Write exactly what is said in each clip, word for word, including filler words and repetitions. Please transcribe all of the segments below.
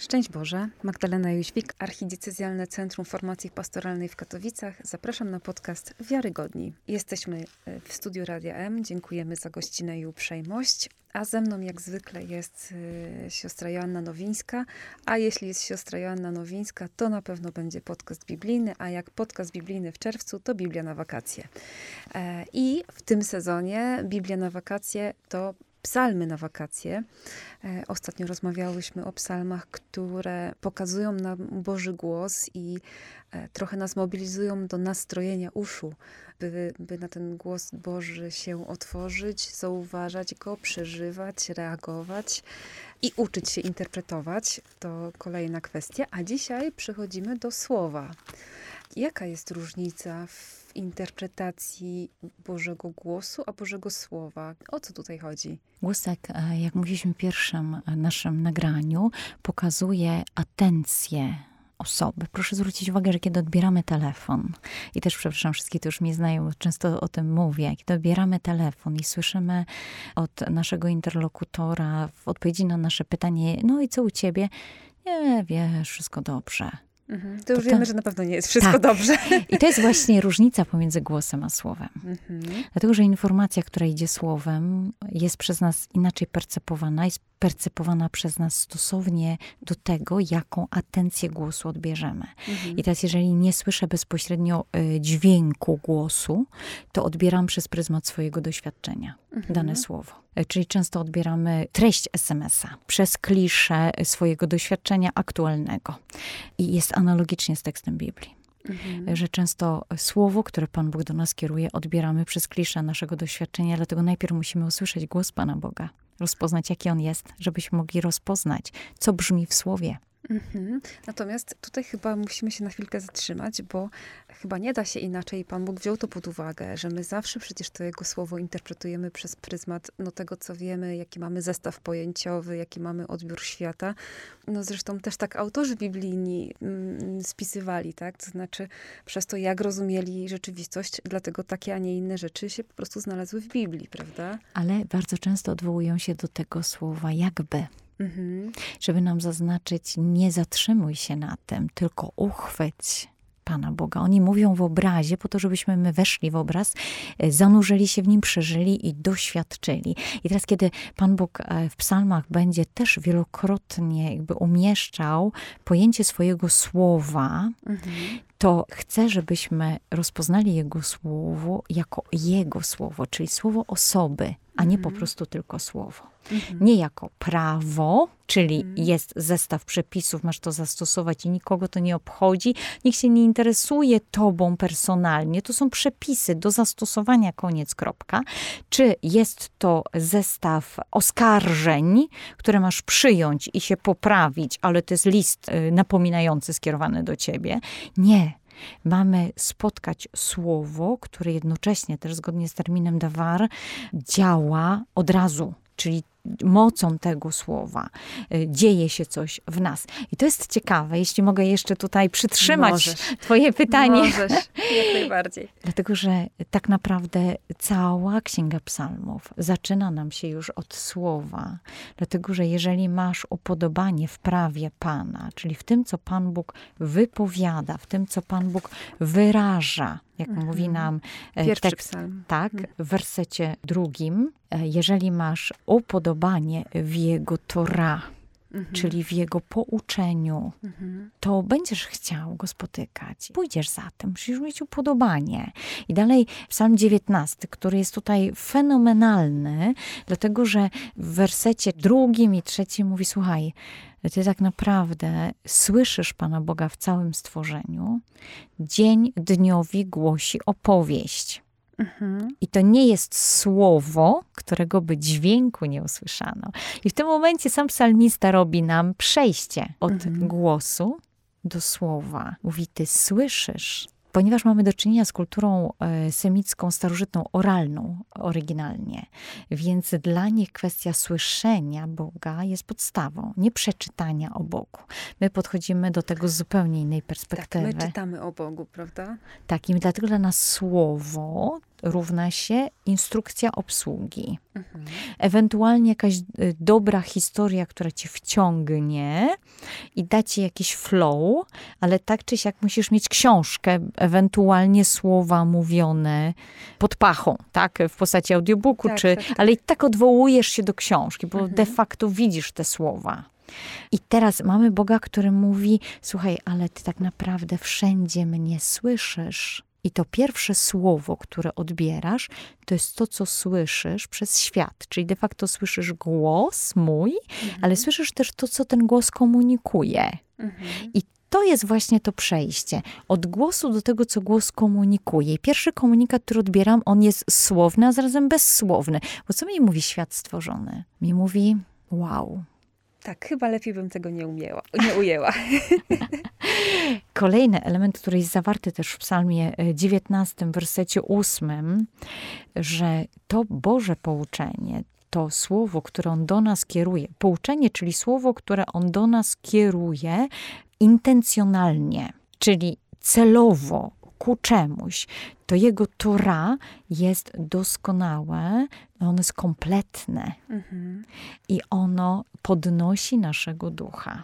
Szczęść Boże, Magdalena Jóźwik, Archidiecezjalne Centrum Formacji Pastoralnej w Katowicach. Zapraszam na podcast Wiarygodni. Jesteśmy w studiu Radia M. Dziękujemy za gościnę i uprzejmość. A ze mną jak zwykle jest y, siostra Joanna Nowińska. A jeśli jest siostra Joanna Nowińska, to na pewno będzie podcast biblijny. A jak podcast biblijny w czerwcu, to Biblia na wakacje. E, I w tym sezonie Biblia na wakacje to psalmy na wakacje. E, ostatnio rozmawiałyśmy o psalmach, które pokazują nam Boży głos i e, trochę nas mobilizują do nastrojenia uszu, by, by na ten głos Boży się otworzyć, zauważać go, przeżywać, reagować i uczyć się interpretować. To kolejna kwestia. A dzisiaj przechodzimy do słowa. Jaka jest różnica w interpretacji Bożego głosu, a Bożego Słowa? O co tutaj chodzi? Głos, tak jak mówiliśmy w pierwszym naszym nagraniu, pokazuje atencję osoby. Proszę zwrócić uwagę, że kiedy odbieramy telefon, i też przepraszam wszystkich, którzy już mnie znają, często o tym mówię, kiedy odbieramy telefon i słyszymy od naszego interlokutora w odpowiedzi na nasze pytanie, no i co u ciebie? Nie, wiesz, wszystko dobrze. Mhm. To już to, wiemy, że na pewno nie jest wszystko tak. dobrze. I to jest właśnie różnica pomiędzy głosem a słowem. Mhm. Dlatego, że informacja, która idzie słowem, jest przez nas inaczej percepowana, jest percepowana przez nas stosownie do tego, jaką atencję głosu odbierzemy. Mhm. I teraz, jeżeli nie słyszę bezpośrednio y, dźwięku głosu, to odbieram przez pryzmat swojego doświadczenia mhm. dane słowo. Czyli często odbieramy treść es em es a przez kliszę swojego doświadczenia aktualnego. I jest analogicznie z tekstem Biblii. Mhm. Że często słowo, które Pan Bóg do nas kieruje, odbieramy przez kliszę naszego doświadczenia, dlatego najpierw musimy usłyszeć głos Pana Boga. Rozpoznać, jaki on jest, żebyśmy mogli rozpoznać, co brzmi w słowie. Mhm. Natomiast tutaj chyba musimy się na chwilkę zatrzymać, bo chyba nie da się inaczej. Pan Bóg wziął to pod uwagę, że my zawsze przecież to Jego słowo interpretujemy przez pryzmat no, tego, co wiemy, jaki mamy zestaw pojęciowy, jaki mamy odbiór świata. No zresztą też tak autorzy biblijni mm, spisywali, tak? To znaczy przez to, jak rozumieli rzeczywistość, dlatego takie, a nie inne rzeczy się po prostu znalazły w Biblii, prawda? Ale bardzo często odwołują się do tego słowa jakby. Mhm. Żeby nam zaznaczyć, nie zatrzymuj się na tym, tylko uchwyć Pana Boga. Oni mówią w obrazie po to, żebyśmy my weszli w obraz, zanurzyli się w nim, przeżyli i doświadczyli. I teraz, kiedy Pan Bóg w psalmach będzie też wielokrotnie jakby umieszczał pojęcie swojego słowa, mhm. to chcę, żebyśmy rozpoznali Jego słowo jako Jego słowo, czyli słowo osoby, a nie mhm. po prostu tylko słowo. Mhm. Nie jako prawo, czyli mhm. jest zestaw przepisów, masz to zastosować i nikogo to nie obchodzi, nikt się nie interesuje tobą personalnie. To są przepisy do zastosowania, koniec, kropka. Czy jest to zestaw oskarżeń, które masz przyjąć i się poprawić, ale to jest list napominający skierowany do ciebie? Nie. Mamy spotkać słowo, które jednocześnie, też zgodnie z terminem dawar, działa od razu, czyli mocą tego słowa dzieje się coś w nas. I to jest ciekawe, jeśli mogę jeszcze tutaj przytrzymać Możesz. twoje pytanie. Możesz, jak najbardziej. Dlatego, że tak naprawdę cała Księga Psalmów zaczyna nam się już od słowa. Dlatego, że jeżeli masz upodobanie w prawie Pana, czyli w tym, co Pan Bóg wypowiada, w tym, co Pan Bóg wyraża, jak mhm. mówi nam Pierwszy tekst, psalm. tak, mhm. w wersecie drugim, jeżeli masz upodobanie w Jego Torah, mhm. czyli w Jego pouczeniu, mhm. to będziesz chciał Go spotykać. Pójdziesz za tym, musisz mieć upodobanie. I dalej psalm dziewiętnasty, który jest tutaj fenomenalny, dlatego, że w wersecie drugim i trzecim mówi, słuchaj, ty tak naprawdę słyszysz Pana Boga w całym stworzeniu. Dzień dniowi głosi opowieść. Mhm. I to nie jest słowo, którego by dźwięku nie usłyszano. I w tym momencie sam psalmista robi nam przejście od mhm. głosu do słowa. Mówi, ty słyszysz. Ponieważ mamy do czynienia z kulturą e, semicką, starożytną, oralną oryginalnie, więc dla nich kwestia słyszenia Boga jest podstawą, nie przeczytania o Bogu. My podchodzimy do tego z zupełnie innej perspektywy. Tak, my czytamy o Bogu, prawda? Tak, i dlatego dla nas słowo równa się instrukcja obsługi. Mhm. Ewentualnie jakaś dobra historia, która cię wciągnie i da ci jakiś flow, ale tak czy siak musisz mieć książkę, ewentualnie słowa mówione pod pachą, tak? W postaci audiobooku, tak, czy, tak, tak. ale i tak odwołujesz się do książki, bo Mhm. de facto widzisz te słowa. I teraz mamy Boga, który mówi, słuchaj, ale ty tak naprawdę wszędzie mnie słyszysz. I to pierwsze słowo, które odbierasz, to jest to, co słyszysz przez świat. Czyli de facto słyszysz głos mój, mhm. ale słyszysz też to, co ten głos komunikuje. Mhm. I to jest właśnie to przejście. Od głosu do tego, co głos komunikuje. I pierwszy komunikat, który odbieram, on jest słowny, a zarazem bezsłowny. Bo co mi mówi świat stworzony? Mi mówi, wow. Tak, chyba lepiej bym tego nie umiała, nie ujęła. Kolejny element, który jest zawarty też w psalmie dziewiętnastym, wersecie ósmym, że to Boże pouczenie, to słowo, które On do nas kieruje, pouczenie, czyli słowo, które On do nas kieruje intencjonalnie, czyli celowo, ku czemuś, to Jego Tora jest doskonałe, ono jest kompletne mhm. i ono podnosi naszego ducha.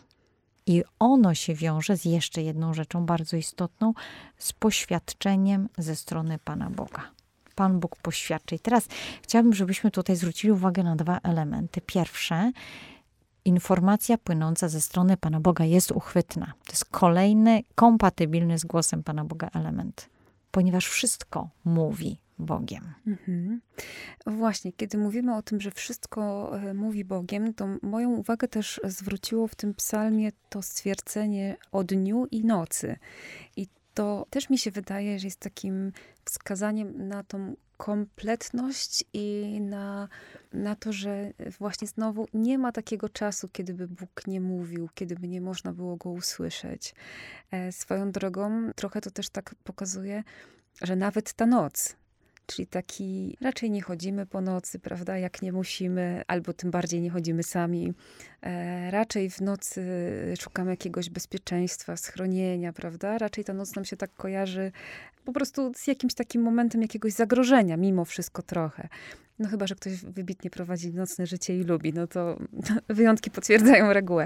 I ono się wiąże z jeszcze jedną rzeczą bardzo istotną, z poświadczeniem ze strony Pana Boga. Pan Bóg poświadczy. I teraz chciałabym, żebyśmy tutaj zwrócili uwagę na dwa elementy. Pierwsze, informacja płynąca ze strony Pana Boga jest uchwytna. To jest kolejny, kompatybilny z głosem Pana Boga element. Ponieważ wszystko mówi Bogiem. Mhm. Właśnie, kiedy mówimy o tym, że wszystko mówi Bogiem, to moją uwagę też zwróciło w tym psalmie to stwierdzenie o dniu i nocy. I to też mi się wydaje, że jest takim wskazaniem na tą kompletność i na, na to, że właśnie znowu nie ma takiego czasu, kiedy by Bóg nie mówił, kiedy by nie można było Go usłyszeć. E, swoją drogą trochę to też tak pokazuje, że nawet ta noc, czyli taki, raczej nie chodzimy po nocy, prawda, jak nie musimy, albo tym bardziej nie chodzimy sami. E, raczej w nocy szukamy jakiegoś bezpieczeństwa, schronienia, prawda. Raczej ta noc nam się tak kojarzy po prostu z jakimś takim momentem jakiegoś zagrożenia, mimo wszystko trochę. No chyba, że ktoś wybitnie prowadzi nocne życie i lubi, no to wyjątki potwierdzają regułę.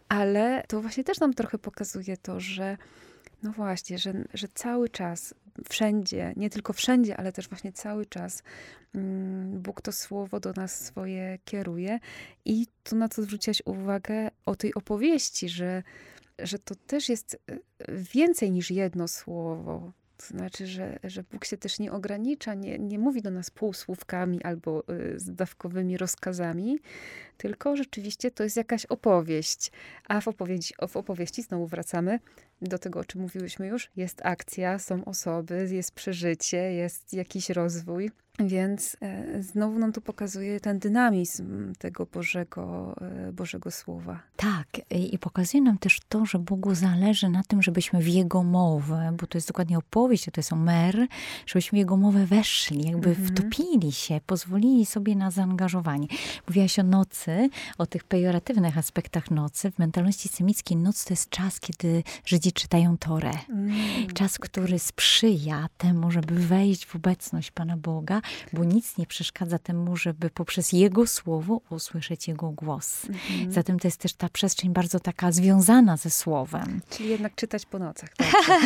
Ale to właśnie też nam trochę pokazuje to, że no właśnie, że, że cały czas, wszędzie, nie tylko wszędzie, ale też właśnie cały czas mm, Bóg to słowo do nas swoje kieruje. I tu na co zwróciłaś uwagę o tej opowieści, że, że to też jest więcej niż jedno słowo. To znaczy, że, że Bóg się też nie ogranicza, nie, nie mówi do nas półsłówkami albo y, zdawkowymi rozkazami, tylko rzeczywiście to jest jakaś opowieść. A w opowieści, w opowieści znowu wracamy do tego, o czym mówiłyśmy już. Jest akcja, są osoby, jest przeżycie, jest jakiś rozwój. Więc e, znowu nam tu pokazuje ten dynamizm tego Bożego, e, Bożego Słowa. Tak, i pokazuje nam też to, że Bogu zależy na tym, żebyśmy w Jego mowę, bo to jest dokładnie opowieść, to jest Omer, żebyśmy w Jego mowę weszli, jakby mhm. wtopili się, pozwolili sobie na zaangażowanie. Mówiłaś o nocy, o tych pejoratywnych aspektach nocy. W mentalności semickiej noc to jest czas, kiedy Żydzi czytają Torę. Mm. Czas, który sprzyja temu, żeby wejść w obecność Pana Boga, bo nic nie przeszkadza temu, żeby poprzez Jego słowo usłyszeć Jego głos. Mhm. Zatem to jest też ta przestrzeń bardzo taka związana ze słowem. Czyli jednak czytać po nocach. Tak?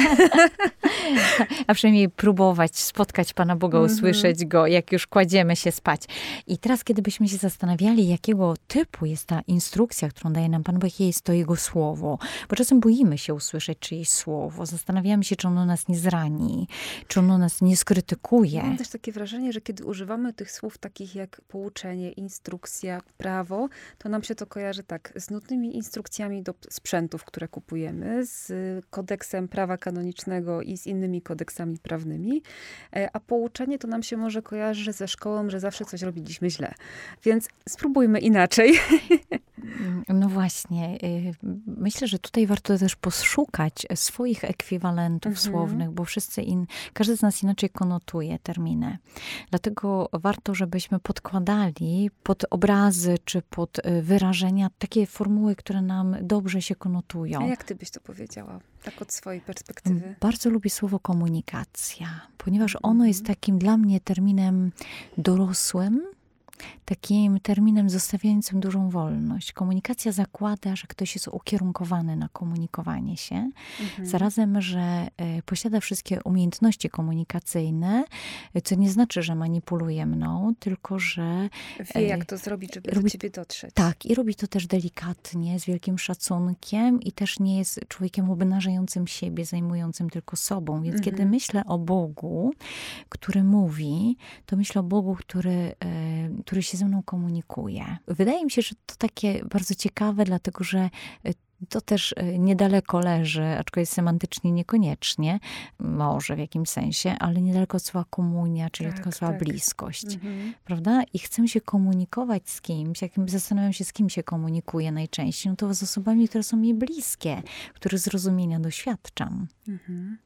A przynajmniej próbować spotkać Pana Boga, mhm. usłyszeć Go, jak już kładziemy się spać. I teraz, kiedy byśmy się zastanawiali, jakiego typu jest ta instrukcja, którą daje nam Pan Bóg, jakie jest to Jego słowo. Bo czasem boimy się usłyszeć czyjeś słowo. Zastanawiamy się, czy ono nas nie zrani, czy ono nas nie skrytykuje. Mam też takie wrażenie, że kiedy używamy tych słów takich jak pouczenie, instrukcja, prawo, to nam się to kojarzy tak z nudnymi instrukcjami do sprzętów, które kupujemy, z kodeksem prawa kanonicznego i z innymi kodeksami prawnymi, a pouczenie to nam się może kojarzy ze szkołą, że zawsze coś robiliśmy źle. Więc spróbujmy inaczej. No właśnie. Myślę, że tutaj warto też poszukać swoich ekwiwalentów mhm. słownych, bo wszyscy in, każdy z nas inaczej konotuje terminy. Dlatego warto, żebyśmy podkładali pod obrazy czy pod wyrażenia takie formuły, które nam dobrze się konotują. A jak ty byś to powiedziała? Tak od swojej perspektywy. Bardzo lubię słowo komunikacja, ponieważ ono jest takim dla mnie terminem dorosłym, takim terminem zostawiającym dużą wolność. Komunikacja zakłada, że ktoś jest ukierunkowany na komunikowanie się, mhm. zarazem, że y, posiada wszystkie umiejętności komunikacyjne, co nie znaczy, że manipuluje mną, tylko że... Wie, jak to zrobić, żeby robi, do ciebie dotrzeć. Tak, i robi to też delikatnie, z wielkim szacunkiem i też nie jest człowiekiem obnażającym siebie, zajmującym tylko sobą. Więc mhm. kiedy myślę o Bogu, który mówi, to myślę o Bogu, który, y, który się ze mną komunikuje. Wydaje mi się, że to takie bardzo ciekawe, dlatego że to też niedaleko leży, aczkolwiek semantycznie niekoniecznie, może w jakimś sensie, ale niedaleko od słowa komunia, czyli tak, od słowa tak. bliskość. Mhm. Prawda? I chcę się komunikować z kimś, jak zastanawiam się, z kim się komunikuję najczęściej, no to z osobami, które są mi bliskie, których zrozumienia doświadczam. Mhm.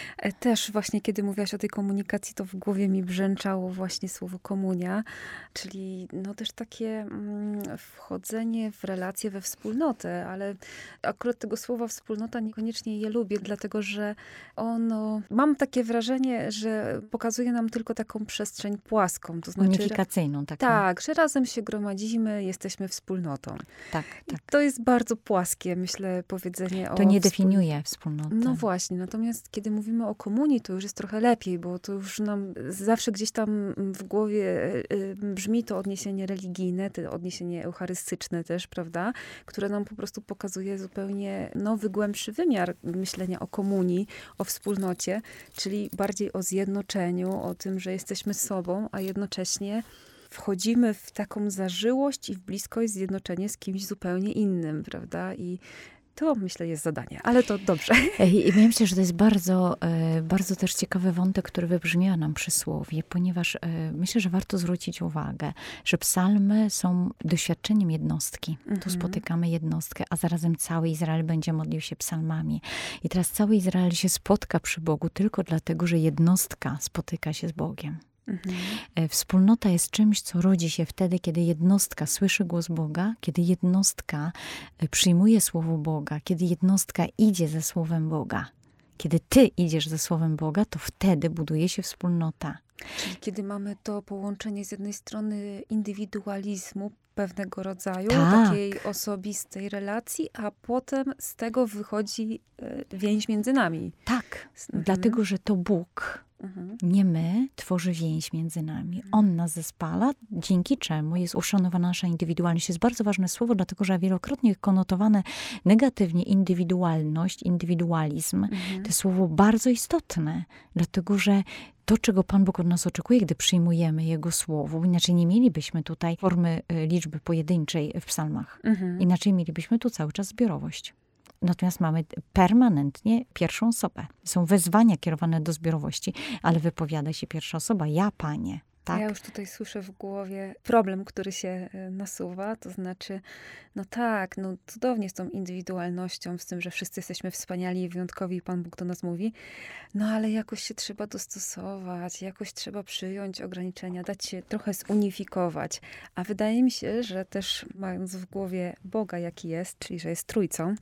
Też właśnie, kiedy mówiłaś o tej komunikacji, to w głowie mi brzęczało właśnie słowo komunia, czyli no też takie mm, wchodzenie w relacje, we wspólnotę, ale akurat tego słowa wspólnota niekoniecznie je lubię, dlatego że ono, mam takie wrażenie, że pokazuje nam tylko taką przestrzeń płaską. To znaczy, unifikacyjną taką. Tak, że razem się gromadzimy, jesteśmy wspólnotą. Tak, tak. I to jest bardzo płaskie, myślę, powiedzenie to o... To nie definiuje wspólnoty. No właśnie, natomiast kiedy mówimy o komunii, to już jest trochę lepiej, bo to już nam zawsze gdzieś tam w głowie brzmi to odniesienie religijne, to odniesienie eucharystyczne też, prawda? Które nam po prostu pokazuje zupełnie nowy, głębszy wymiar myślenia o komunii, o wspólnocie, czyli bardziej o zjednoczeniu, o tym, że jesteśmy sobą, a jednocześnie wchodzimy w taką zażyłość i w bliskość, zjednoczenie z kimś zupełnie innym, prawda? I to, myślę, jest zadanie, ale to dobrze. I myślę, że to jest bardzo, bardzo też ciekawy wątek, który wybrzmiał nam przysłowie, ponieważ myślę, że warto zwrócić uwagę, że psalmy są doświadczeniem jednostki. Mhm. Tu spotykamy jednostkę, a zarazem cały Izrael będzie modlił się psalmami. I teraz cały Izrael się spotka przy Bogu tylko dlatego, że jednostka spotyka się z Bogiem. Mhm. Wspólnota jest czymś, co rodzi się wtedy, kiedy jednostka słyszy głos Boga, kiedy jednostka przyjmuje słowo Boga, kiedy jednostka idzie ze słowem Boga. Kiedy ty idziesz ze słowem Boga, to wtedy buduje się wspólnota. Czyli kiedy mamy to połączenie z jednej strony indywidualizmu pewnego rodzaju, tak. takiej osobistej relacji, a potem z tego wychodzi więź między nami. Tak, mhm. dlatego, że to Bóg, mhm. nie my, tworzy więź między nami. Mhm. On nas zespala, dzięki czemu jest uszanowana nasza indywidualność. To jest bardzo ważne słowo, dlatego, że wielokrotnie konotowane negatywnie indywidualność, indywidualizm, mhm. to jest słowo bardzo istotne, dlatego, że to, czego Pan Bóg od nas oczekuje, gdy przyjmujemy Jego słowo, inaczej nie mielibyśmy tutaj formy liczby pojedynczej w psalmach. Mhm. Inaczej mielibyśmy tu cały czas zbiorowość. Natomiast mamy permanentnie pierwszą osobę. Są wezwania kierowane do zbiorowości, ale wypowiada się pierwsza osoba. Ja, Panie. Tak? Ja już tutaj słyszę w głowie problem, który się nasuwa, to znaczy, no tak, no cudownie z tą indywidualnością, z tym, że wszyscy jesteśmy wspaniali i wyjątkowi i Pan Bóg do nas mówi, no ale jakoś się trzeba dostosować, jakoś trzeba przyjąć ograniczenia, dać się trochę zunifikować. A wydaje mi się, że też mając w głowie Boga, jaki jest, czyli że jest trójcą,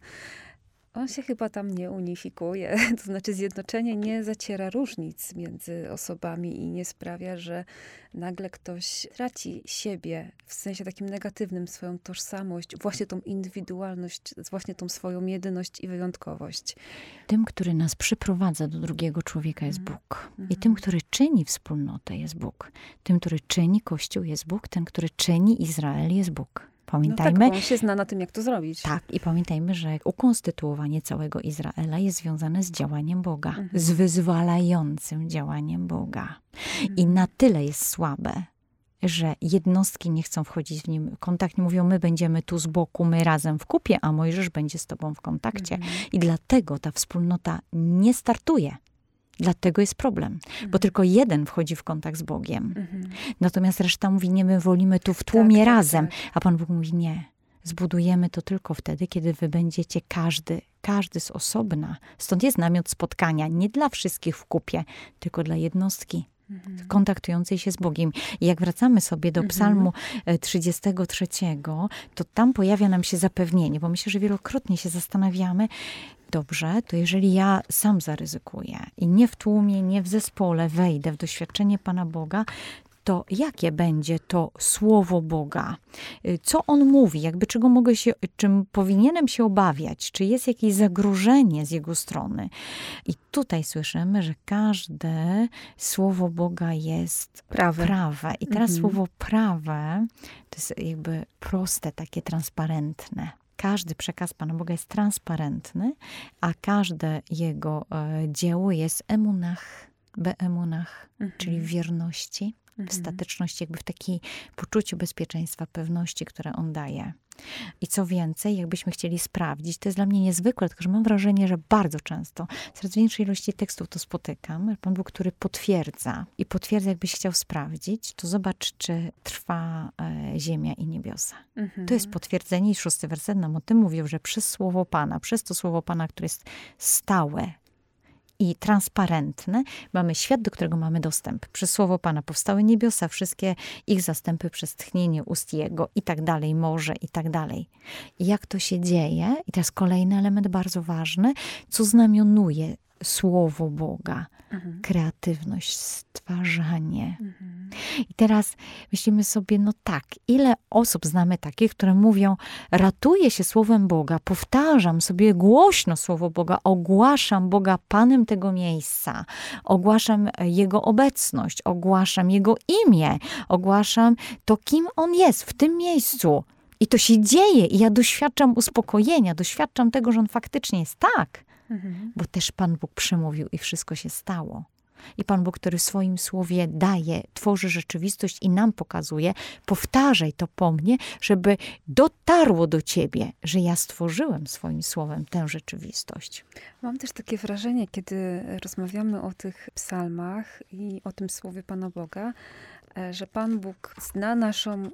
on się chyba tam nie unifikuje. To znaczy zjednoczenie nie zaciera różnic między osobami i nie sprawia, że nagle ktoś traci siebie w sensie takim negatywnym, swoją tożsamość, właśnie tą indywidualność, właśnie tą swoją jedyność i wyjątkowość. Tym, który nas przyprowadza do drugiego człowieka jest Bóg. I tym, który czyni wspólnotę jest Bóg. Tym, który czyni Kościół jest Bóg. Ten, który czyni Izrael jest Bóg. Pamiętajmy, no tak, bo on się zna na tym, jak to zrobić. Tak, i pamiętajmy, że ukonstytuowanie całego Izraela jest związane z działaniem Boga, mhm. z wyzwalającym działaniem Boga. Mhm. I na tyle jest słabe, że jednostki nie chcą wchodzić w nim w kontakt. Nie mówią, my będziemy tu z boku, my razem w kupie, a Mojżesz będzie z tobą w kontakcie. Mhm. I dlatego ta wspólnota nie startuje. Dlatego jest problem, mhm. bo tylko jeden wchodzi w kontakt z Bogiem. Mhm. Natomiast reszta mówi, nie, my wolimy tu w tłumie tak, razem. Tak, tak. A Pan Bóg mówi, nie, zbudujemy to tylko wtedy, kiedy wy będziecie każdy, każdy z osobna. Stąd jest namiot spotkania, nie dla wszystkich w kupie, tylko dla jednostki mhm. kontaktującej się z Bogiem. I jak wracamy sobie do psalmu trzydziestego trzeciego, to tam pojawia nam się zapewnienie, bo myślę, że wielokrotnie się zastanawiamy, dobrze, to jeżeli ja sam zaryzykuję i nie w tłumie, nie w zespole wejdę w doświadczenie Pana Boga, to jakie będzie to słowo Boga? Co on mówi? Jakby czego mogę się, czym powinienem się obawiać? Czy jest jakieś zagrożenie z jego strony? I tutaj słyszymy, że każde słowo Boga jest prawe. prawe. I teraz mhm. słowo prawe to jest jakby proste, takie transparentne. Każdy przekaz Pana Boga jest transparentny, a każde jego e, dzieło jest emunach, beemunach, mhm. czyli w wierności, mhm. w stateczności, jakby w takiej poczuciu bezpieczeństwa, pewności, które on daje. I co więcej, jakbyśmy chcieli sprawdzić, to jest dla mnie niezwykłe, tylko że mam wrażenie, że bardzo często, coraz większej ilości tekstów to spotykam, Pan Bóg, który potwierdza i potwierdza, jakbyś chciał sprawdzić, to zobacz, czy trwa e, ziemia i niebiosa. Mhm. To jest potwierdzenie i szósty werset nam o tym mówił, że przez słowo Pana, przez to słowo Pana, które jest stałe i transparentne, mamy świat, do którego mamy dostęp. Przez słowo Pana powstały niebiosa, wszystkie ich zastępy przez tchnienie ust Jego i tak dalej, morze i tak dalej. I jak to się dzieje? I to jest kolejny element bardzo ważny, co znamionuje słowo Boga. Mhm. Kreatywność, stwarzanie. Mhm. I teraz myślimy sobie, no tak, ile osób znamy takich, które mówią, ratuję się słowem Boga, powtarzam sobie głośno słowo Boga, ogłaszam Boga Panem tego miejsca, ogłaszam Jego obecność, ogłaszam Jego imię, ogłaszam to, kim On jest w tym miejscu. I to się dzieje i ja doświadczam uspokojenia, doświadczam tego, że On faktycznie jest tak. Mhm. Bo też Pan Bóg przemówił i wszystko się stało. I Pan Bóg, który w swoim słowie daje, tworzy rzeczywistość i nam pokazuje, powtarzaj to po mnie, żeby dotarło do ciebie, że ja stworzyłem swoim słowem tę rzeczywistość. Mam też takie wrażenie, kiedy rozmawiamy o tych psalmach i o tym słowie Pana Boga, że Pan Bóg zna naszą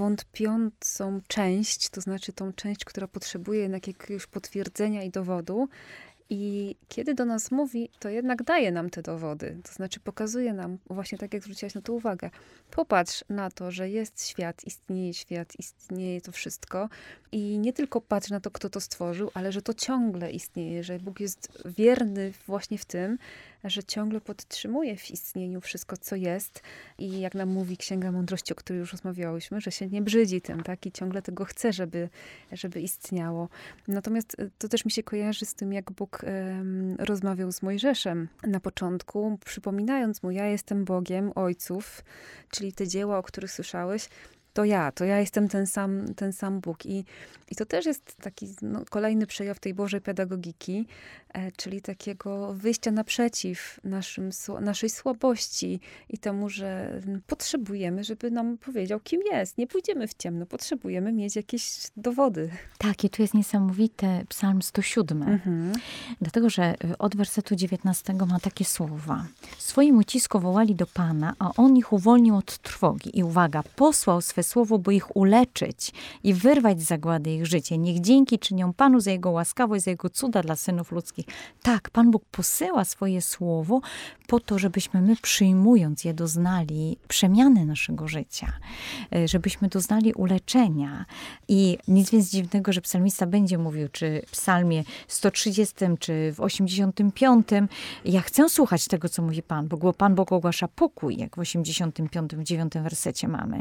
wątpiącą część, to znaczy tą część, która potrzebuje jednak jakiegoś potwierdzenia i dowodu. I kiedy do nas mówi, to jednak daje nam te dowody. To znaczy pokazuje nam, właśnie tak jak zwróciłaś na to uwagę, popatrz na to, że jest świat, istnieje świat, istnieje to wszystko. I nie tylko patrz na to, kto to stworzył, ale że to ciągle istnieje, że Bóg jest wierny właśnie w tym, że ciągle podtrzymuje w istnieniu wszystko, co jest. I jak nam mówi Księga Mądrości, o której już rozmawiałyśmy, że się nie brzydzi tym, tak? I ciągle tego chce, żeby, żeby istniało. Natomiast to też mi się kojarzy z tym, jak Bóg um, rozmawiał z Mojżeszem na początku, przypominając mu, ja jestem Bogiem ojców, czyli te dzieła, o których słyszałeś, to ja, to ja jestem ten sam, ten sam Bóg. I, i to też jest taki no, kolejny przejaw tej Bożej pedagogiki, e, czyli takiego wyjścia naprzeciw naszym, naszej słabości i temu, że potrzebujemy, żeby nam powiedział, kim jest. Nie pójdziemy w ciemno, potrzebujemy mieć jakieś dowody. Tak, i tu jest niesamowity Psalm sto siedem. Mhm. Dlatego, że od wersetu dziewiętnastego ma takie słowa. Swoim ucisku wołali do Pana, a On ich uwolnił od trwogi. I uwaga, posłał swe słowo, by ich uleczyć i wyrwać z zagłady ich życie. Niech dzięki czynią Panu za Jego łaskawość, za Jego cuda dla synów ludzkich. Tak, Pan Bóg posyła swoje słowo po to, żebyśmy my przyjmując je doznali przemiany naszego życia. Żebyśmy doznali uleczenia. I nic więc dziwnego, że psalmista będzie mówił, czy w psalmie sto trzydziestym, czy w osiemdziesiątym piątym. Ja chcę słuchać tego, co mówi Pan Bóg, bo Pan Bóg ogłasza pokój, jak w osiemdziesiątym piątym, w dziewiątym wersecie mamy.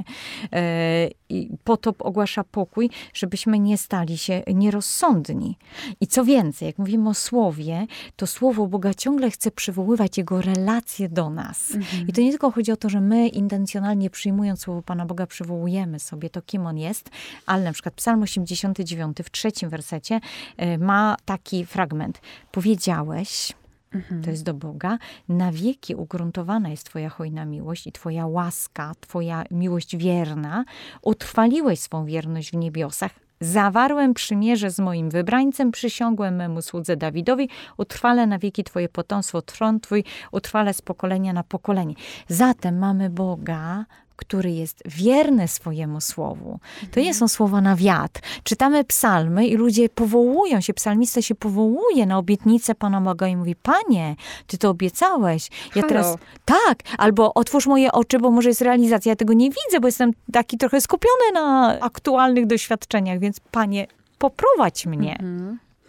I potop ogłasza pokój, żebyśmy nie stali się nierozsądni. I co więcej, jak mówimy o słowie, to słowo Boga ciągle chce przywoływać Jego relacje do nas. Mhm. I to nie tylko chodzi o to, że my intencjonalnie przyjmując słowo Pana Boga przywołujemy sobie to, kim On jest, ale na przykład Psalm osiemdziesiąty dziewiąty w trzecim wersecie ma taki fragment. Powiedziałeś, mhm. to jest do Boga, na wieki ugruntowana jest Twoja hojna miłość i Twoja łaska, Twoja miłość wierna. Utrwaliłeś swą wierność w niebiosach. Zawarłem przymierze z moim wybrańcem, przysiągłem memu słudze Dawidowi, utrwalę na wieki Twoje potomstwo, tron Twój utrwalę z pokolenia na pokolenie. Zatem mamy Boga, który jest wierny swojemu słowu. To nie są słowa na wiatr. Czytamy psalmy i ludzie powołują się, psalmista się powołuje na obietnicę Pana Boga i mówi, Panie, Ty to obiecałeś. Ja Halo. teraz, tak, albo otwórz moje oczy, bo może jest realizacja. Ja tego nie widzę, bo jestem taki trochę skupiony na aktualnych doświadczeniach, więc Panie, poprowadź mnie. Mhm.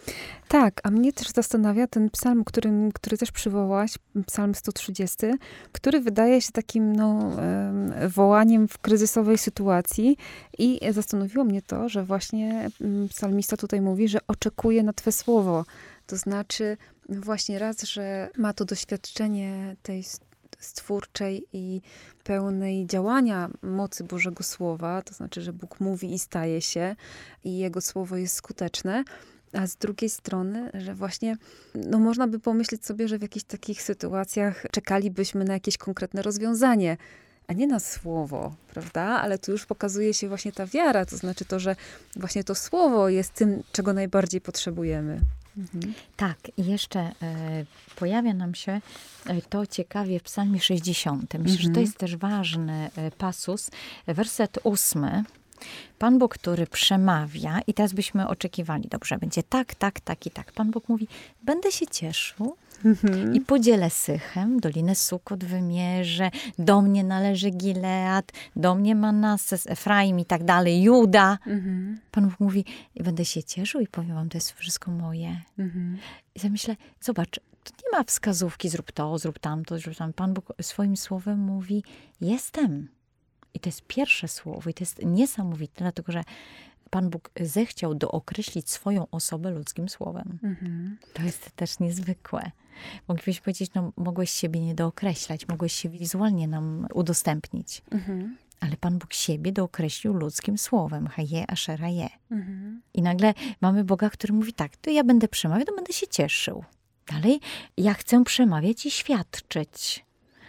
Tak, a mnie też zastanawia ten psalm, którym, który też przywołałaś, psalm sto trzydziesty, który wydaje się takim no, wołaniem w kryzysowej sytuacji i zastanowiło mnie to, że właśnie psalmista tutaj mówi, że oczekuje na Twe słowo. To znaczy właśnie raz, że ma to doświadczenie tej stwórczej i pełnej działania mocy Bożego Słowa, to znaczy, że Bóg mówi i staje się i Jego Słowo jest skuteczne, a z drugiej strony, że właśnie, no można by pomyśleć sobie, że w jakichś takich sytuacjach czekalibyśmy na jakieś konkretne rozwiązanie, a nie na słowo, prawda? Ale tu już pokazuje się właśnie ta wiara, to znaczy to, że właśnie to słowo jest tym, czego najbardziej potrzebujemy. Mhm. Tak, i jeszcze e, pojawia nam się e, to ciekawie w psalmie sześćdziesiątym. Myślę, mhm. że to jest też ważny e, pasus. Werset ósmy. Pan Bóg, który przemawia i teraz byśmy oczekiwali, dobrze, będzie tak, tak, tak i tak. Pan Bóg mówi, będę się cieszył mhm. i podzielę Sychem, Dolinę Sukot wymierzę, do mnie należy Gilead, do mnie Manasses, Efraim i tak dalej, Juda. Mhm. Pan Bóg mówi, będę się cieszył i powiem wam, to jest wszystko moje. Mhm. I ja myślę, zobacz, tu nie ma wskazówki, zrób to, zrób tamto, zrób tam. Pan Bóg swoim słowem mówi, jestem. I to jest pierwsze słowo i to jest niesamowite, dlatego że Pan Bóg zechciał dookreślić swoją osobę ludzkim słowem. Mhm. To jest też niezwykłe. Moglibyśmy powiedzieć, no mogłeś siebie nie dookreślać, mogłeś się wizualnie nam udostępnić. Mhm. Ale Pan Bóg siebie dookreślił ludzkim słowem. Haje, ashera je. Mhm. I nagle mamy Boga, który mówi tak, to ja będę przemawiał, to będę się cieszył. Dalej, ja chcę przemawiać i świadczyć.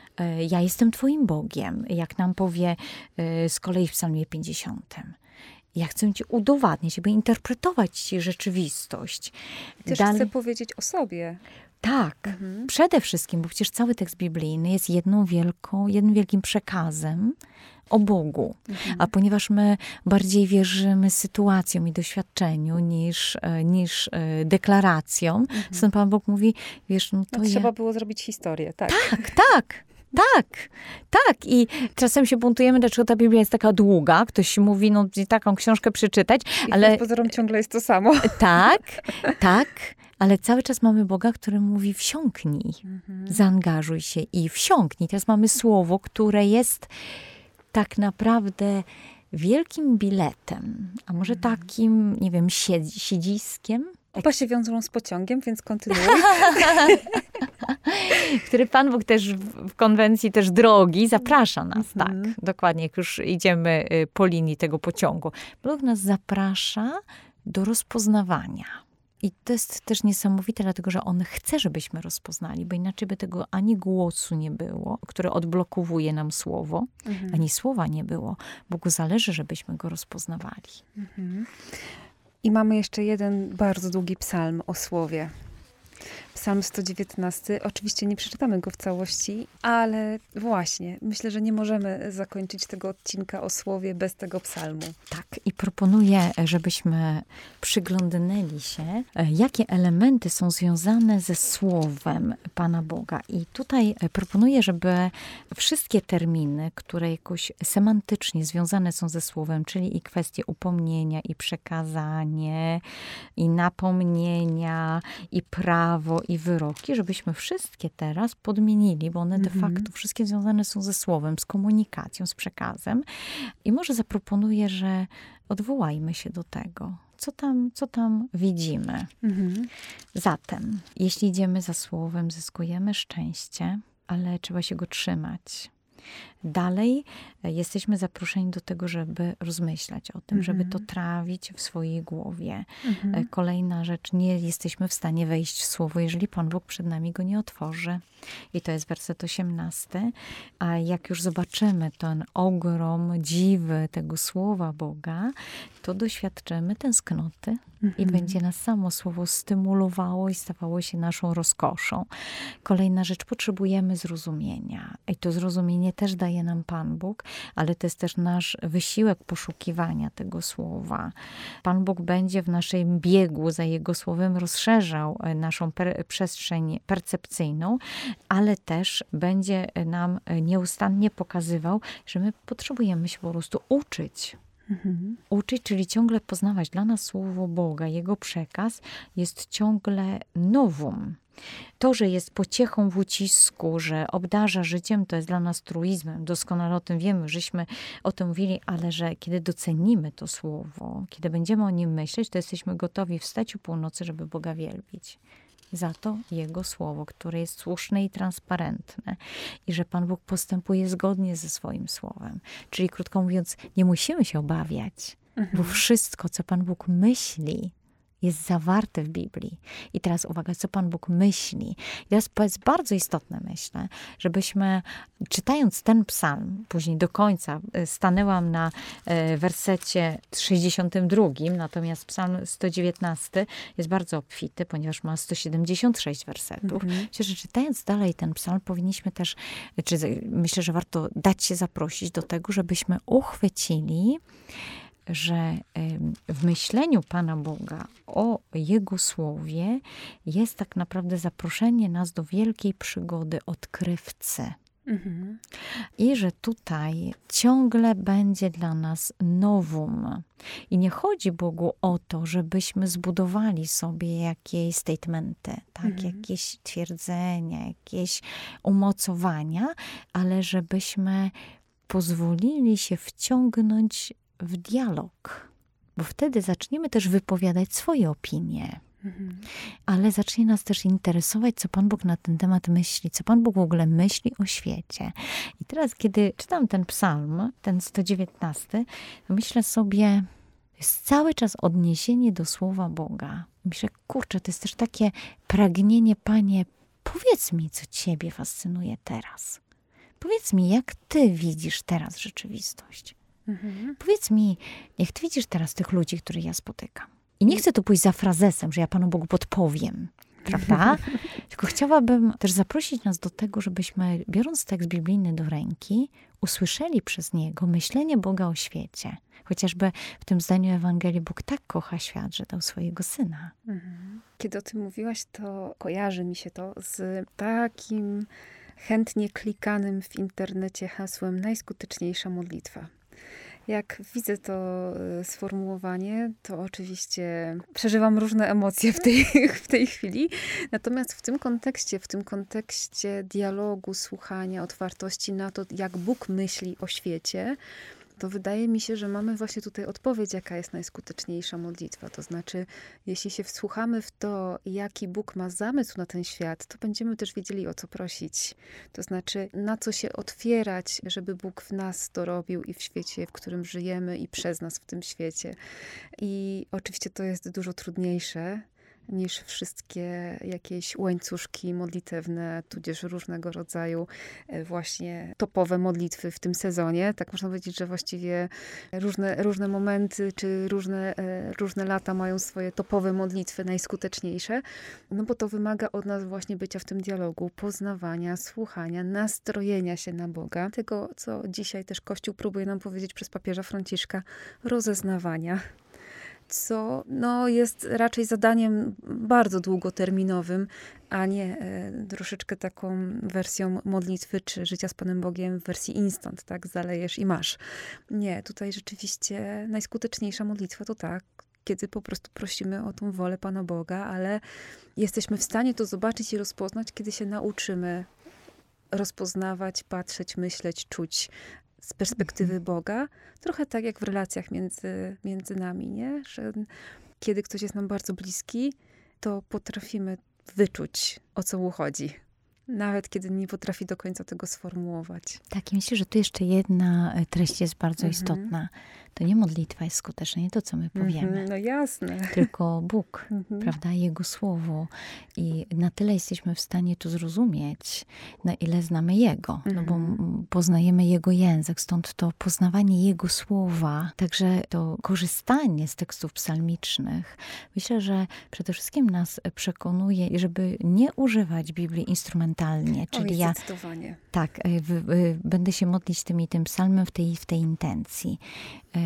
Ja jestem Twoim Bogiem, jak nam powie z kolei w psalmie pięćdziesiątym. Ja chcę Ci udowadniać, żeby interpretować Ci rzeczywistość. Też Dalej... chcę powiedzieć o sobie. Tak, mhm. przede wszystkim, bo przecież cały tekst biblijny jest jedną wielką, jednym wielkim przekazem o Bogu. Mhm. A ponieważ my bardziej wierzymy sytuacjom i doświadczeniu niż, niż deklaracjom, mhm. stąd Pan Bóg mówi, wiesz, no to no, ja... trzeba było zrobić historię, tak. Tak, tak. Tak, tak. I czasem się buntujemy, dlaczego ta Biblia jest taka długa. Ktoś mówi, no taką książkę przeczytać, I ale... pod pozorom ciągle jest to samo. Tak, tak. Ale cały czas mamy Boga, który mówi wsiąknij, mhm. zaangażuj się i wsiąknij. Teraz mamy słowo, które jest tak naprawdę wielkim biletem, a może mhm. takim, nie wiem, siedziskiem. Oba się wiążą z pociągiem, więc kontynuuj. Który Pan Bóg też w konwencji też drogi zaprasza nas, mm-hmm. tak. Dokładnie, jak już idziemy po linii tego pociągu. Bóg nas zaprasza do rozpoznawania. I to jest też niesamowite, dlatego że On chce, żebyśmy rozpoznali, bo inaczej by tego ani głosu nie było, które odblokowuje nam słowo, mm-hmm. ani słowa nie było. Bogu zależy, żebyśmy Go rozpoznawali. Mm-hmm. I mamy jeszcze jeden bardzo długi psalm o słowie. Psalm sto dziewiętnasty. Oczywiście nie przeczytamy go w całości, ale właśnie, myślę, że nie możemy zakończyć tego odcinka o słowie bez tego psalmu. Tak, i proponuję, żebyśmy przyglądnęli się, jakie elementy są związane ze słowem Pana Boga. I tutaj proponuję, żeby wszystkie terminy, które jakoś semantycznie związane są ze słowem, czyli i kwestie upomnienia, i przekazanie, i napomnienia, i prawo, i wyroki, żebyśmy wszystkie teraz podmienili, bo one mm-hmm. de facto wszystkie związane są ze słowem, z komunikacją, z przekazem. I może zaproponuję, że odwołajmy się do tego. Co tam, co tam widzimy? Mm-hmm. Zatem, jeśli idziemy za słowem, zyskujemy szczęście, ale trzeba się go trzymać. Dalej jesteśmy zaproszeni do tego, żeby rozmyślać o tym, mhm. żeby to trawić w swojej głowie. Mhm. Kolejna rzecz, nie jesteśmy w stanie wejść w słowo, jeżeli Pan Bóg przed nami go nie otworzy. I to jest werset osiemnasty. A jak już zobaczymy ten ogrom dziwy tego słowa Boga, to doświadczymy tęsknoty mhm. i będzie nas samo słowo stymulowało i stawało się naszą rozkoszą. Kolejna rzecz, potrzebujemy zrozumienia. I to zrozumienie też daje nam Pan Bóg, ale to jest też nasz wysiłek poszukiwania tego słowa. Pan Bóg będzie w naszym biegu za Jego słowem rozszerzał naszą per- przestrzeń percepcyjną, ale też będzie nam nieustannie pokazywał, że my potrzebujemy się po prostu uczyć. Mhm. Uczyć, czyli ciągle poznawać. Dla nas Słowo Boga, Jego przekaz jest ciągle nowum. To, że jest pociechą w ucisku, że obdarza życiem, to jest dla nas truizmem. Doskonale o tym wiemy, żeśmy o tym mówili, ale że kiedy docenimy to Słowo, kiedy będziemy o nim myśleć, to jesteśmy gotowi wstać o północy, żeby Boga wielbić. Za to Jego Słowo, które jest słuszne i transparentne. I że Pan Bóg postępuje zgodnie ze swoim Słowem. Czyli krótko mówiąc, nie musimy się obawiać, mhm. bo wszystko, co Pan Bóg myśli, jest zawarte w Biblii. I teraz uwaga, co Pan Bóg myśli. I teraz to jest bardzo istotne, myślę, żebyśmy czytając ten psalm, później do końca, stanęłam na wersecie sześćdziesiątym drugim, natomiast psalm sto dziewiętnasty jest bardzo obfity, ponieważ ma sto siedemdziesiąt sześć wersetów. Mhm. Myślę, że czytając dalej ten psalm, powinniśmy też, czy myślę, że warto dać się zaprosić do tego, żebyśmy uchwycili, że w myśleniu Pana Boga o Jego Słowie jest tak naprawdę zaproszenie nas do wielkiej przygody odkrywcy. Mhm. I że tutaj ciągle będzie dla nas nowum. I nie chodzi Bogu o to, żebyśmy zbudowali sobie jakieś statementy, tak? Mhm. Jakieś twierdzenia, jakieś umocowania, ale żebyśmy pozwolili się wciągnąć w dialog, bo wtedy zaczniemy też wypowiadać swoje opinie. Mhm. Ale zacznie nas też interesować, co Pan Bóg na ten temat myśli, co Pan Bóg w ogóle myśli o świecie. I teraz, kiedy czytam ten psalm, ten sto dziewiętnasty, to myślę sobie, to jest cały czas odniesienie do Słowa Boga. Myślę, kurczę, to jest też takie pragnienie, Panie, powiedz mi, co Ciebie fascynuje teraz. Powiedz mi, jak Ty widzisz teraz rzeczywistość. Mhm. Powiedz mi, jak Ty widzisz teraz tych ludzi, których ja spotykam. I nie chcę tu pójść za frazesem, że ja Panu Bogu podpowiem, prawda? Tylko chciałabym też zaprosić nas do tego, żebyśmy, biorąc tekst biblijny do ręki, usłyszeli przez niego myślenie Boga o świecie. Chociażby w tym zdaniu Ewangelii Bóg tak kocha świat, że dał swojego Syna. Mhm. Kiedy o tym mówiłaś, to kojarzy mi się to z takim chętnie klikanym w internecie hasłem najskuteczniejsza modlitwa. Jak widzę to sformułowanie, to oczywiście przeżywam różne emocje w tej, w tej chwili. Natomiast w tym kontekście, w tym kontekście dialogu, słuchania, otwartości na to, jak Bóg myśli o świecie, to wydaje mi się, że mamy właśnie tutaj odpowiedź, jaka jest najskuteczniejsza modlitwa. To znaczy, jeśli się wsłuchamy w to, jaki Bóg ma zamysł na ten świat, to będziemy też wiedzieli, o co prosić. To znaczy, na co się otwierać, żeby Bóg w nas to robił i w świecie, w którym żyjemy i przez nas w tym świecie. I oczywiście to jest dużo trudniejsze niż wszystkie jakieś łańcuszki modlitewne, tudzież różnego rodzaju właśnie topowe modlitwy w tym sezonie. Tak można powiedzieć, że właściwie różne, różne momenty, czy różne, różne lata mają swoje topowe modlitwy, najskuteczniejsze. No bo to wymaga od nas właśnie bycia w tym dialogu, poznawania, słuchania, nastrojenia się na Boga. Tego, co dzisiaj też Kościół próbuje nam powiedzieć przez papieża Franciszka, rozeznawania. Co no, jest raczej zadaniem bardzo długoterminowym, a nie e, troszeczkę taką wersją modlitwy czy życia z Panem Bogiem w wersji instant, tak? Zalejesz i masz. Nie, tutaj rzeczywiście najskuteczniejsza modlitwa to tak, kiedy po prostu prosimy o tą wolę Pana Boga, ale jesteśmy w stanie to zobaczyć i rozpoznać, kiedy się nauczymy rozpoznawać, patrzeć, myśleć, czuć z perspektywy Boga, trochę tak jak w relacjach między, między nami, nie? Że kiedy ktoś jest nam bardzo bliski, to potrafimy wyczuć, o co mu chodzi. Nawet kiedy nie potrafi do końca tego sformułować. Tak, i myślę, że tu jeszcze jedna treść jest bardzo mhm. istotna. To nie modlitwa jest skuteczna, nie to, co my powiemy. Mhm, no jasne. Tylko Bóg, mhm. prawda, Jego Słowo. I na tyle jesteśmy w stanie to zrozumieć, na ile znamy Jego. Mhm. No bo poznajemy Jego język, stąd to poznawanie Jego Słowa. Także to korzystanie z tekstów psalmicznych, myślę, że przede wszystkim nas przekonuje, żeby nie używać Biblii instrumentalnie. Czyli ja zdecydowanie. Tak, w, w, będę się modlić tym i tym psalmem w tej, w tej intencji.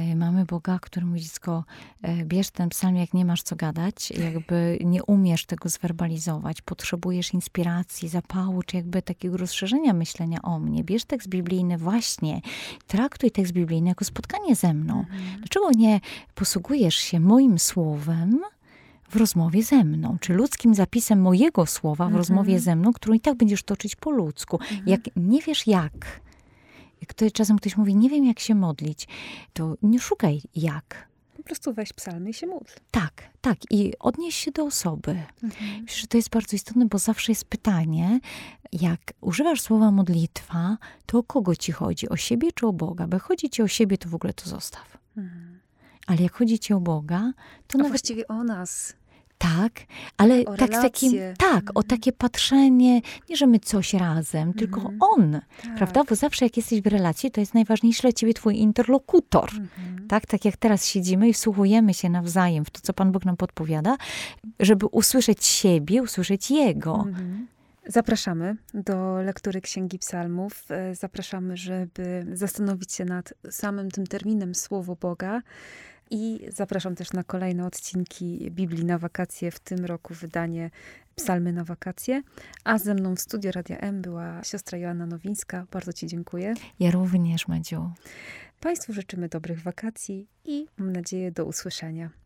Mamy Boga, który mówi: dziecko, bierz ten psalm, jak nie masz co gadać, jakby nie umiesz tego zwerbalizować, potrzebujesz inspiracji, zapału, czy jakby takiego rozszerzenia myślenia o mnie. Bierz tekst biblijny właśnie, traktuj tekst biblijny jako spotkanie ze mną. Mhm. Dlaczego nie posługujesz się moim słowem w rozmowie ze mną, czy ludzkim zapisem mojego słowa w mhm. rozmowie ze mną, którą i tak będziesz toczyć po ludzku. Mhm. Jak nie wiesz jak, jak czasem ktoś mówi, nie wiem jak się modlić, to nie szukaj jak. Po prostu weź psalmy i się módl. Tak, tak. I odnieś się do osoby. Mhm. Myślę, że to jest bardzo istotne, bo zawsze jest pytanie, jak używasz słowa modlitwa, to o kogo ci chodzi? O siebie czy o Boga? Bo jak chodzi ci o siebie, to w ogóle to zostaw. Mhm. Ale jak chodzi ci o Boga, to A nawet... właściwie o nas. Tak, ale o tak z takim, tak, mm. o takie patrzenie, nie, że my coś razem, mm. tylko on, tak. prawda? Bo zawsze jak jesteś w relacji, to jest najważniejszy dla ciebie twój interlokutor, mm-hmm. tak? Tak jak teraz siedzimy i wsłuchujemy się nawzajem w to, co Pan Bóg nam podpowiada, żeby usłyszeć siebie, usłyszeć Jego. Mm-hmm. Zapraszamy do lektury Księgi Psalmów. Zapraszamy, żeby zastanowić się nad samym tym terminem Słowo Boga. I zapraszam też na kolejne odcinki Biblii na wakacje. W tym roku wydanie Psalmy na wakacje. A ze mną w studiu Radia M była siostra Joanna Nowińska. Bardzo ci dziękuję. Ja również, Madziu. Państwu życzymy dobrych wakacji i mam nadzieję do usłyszenia.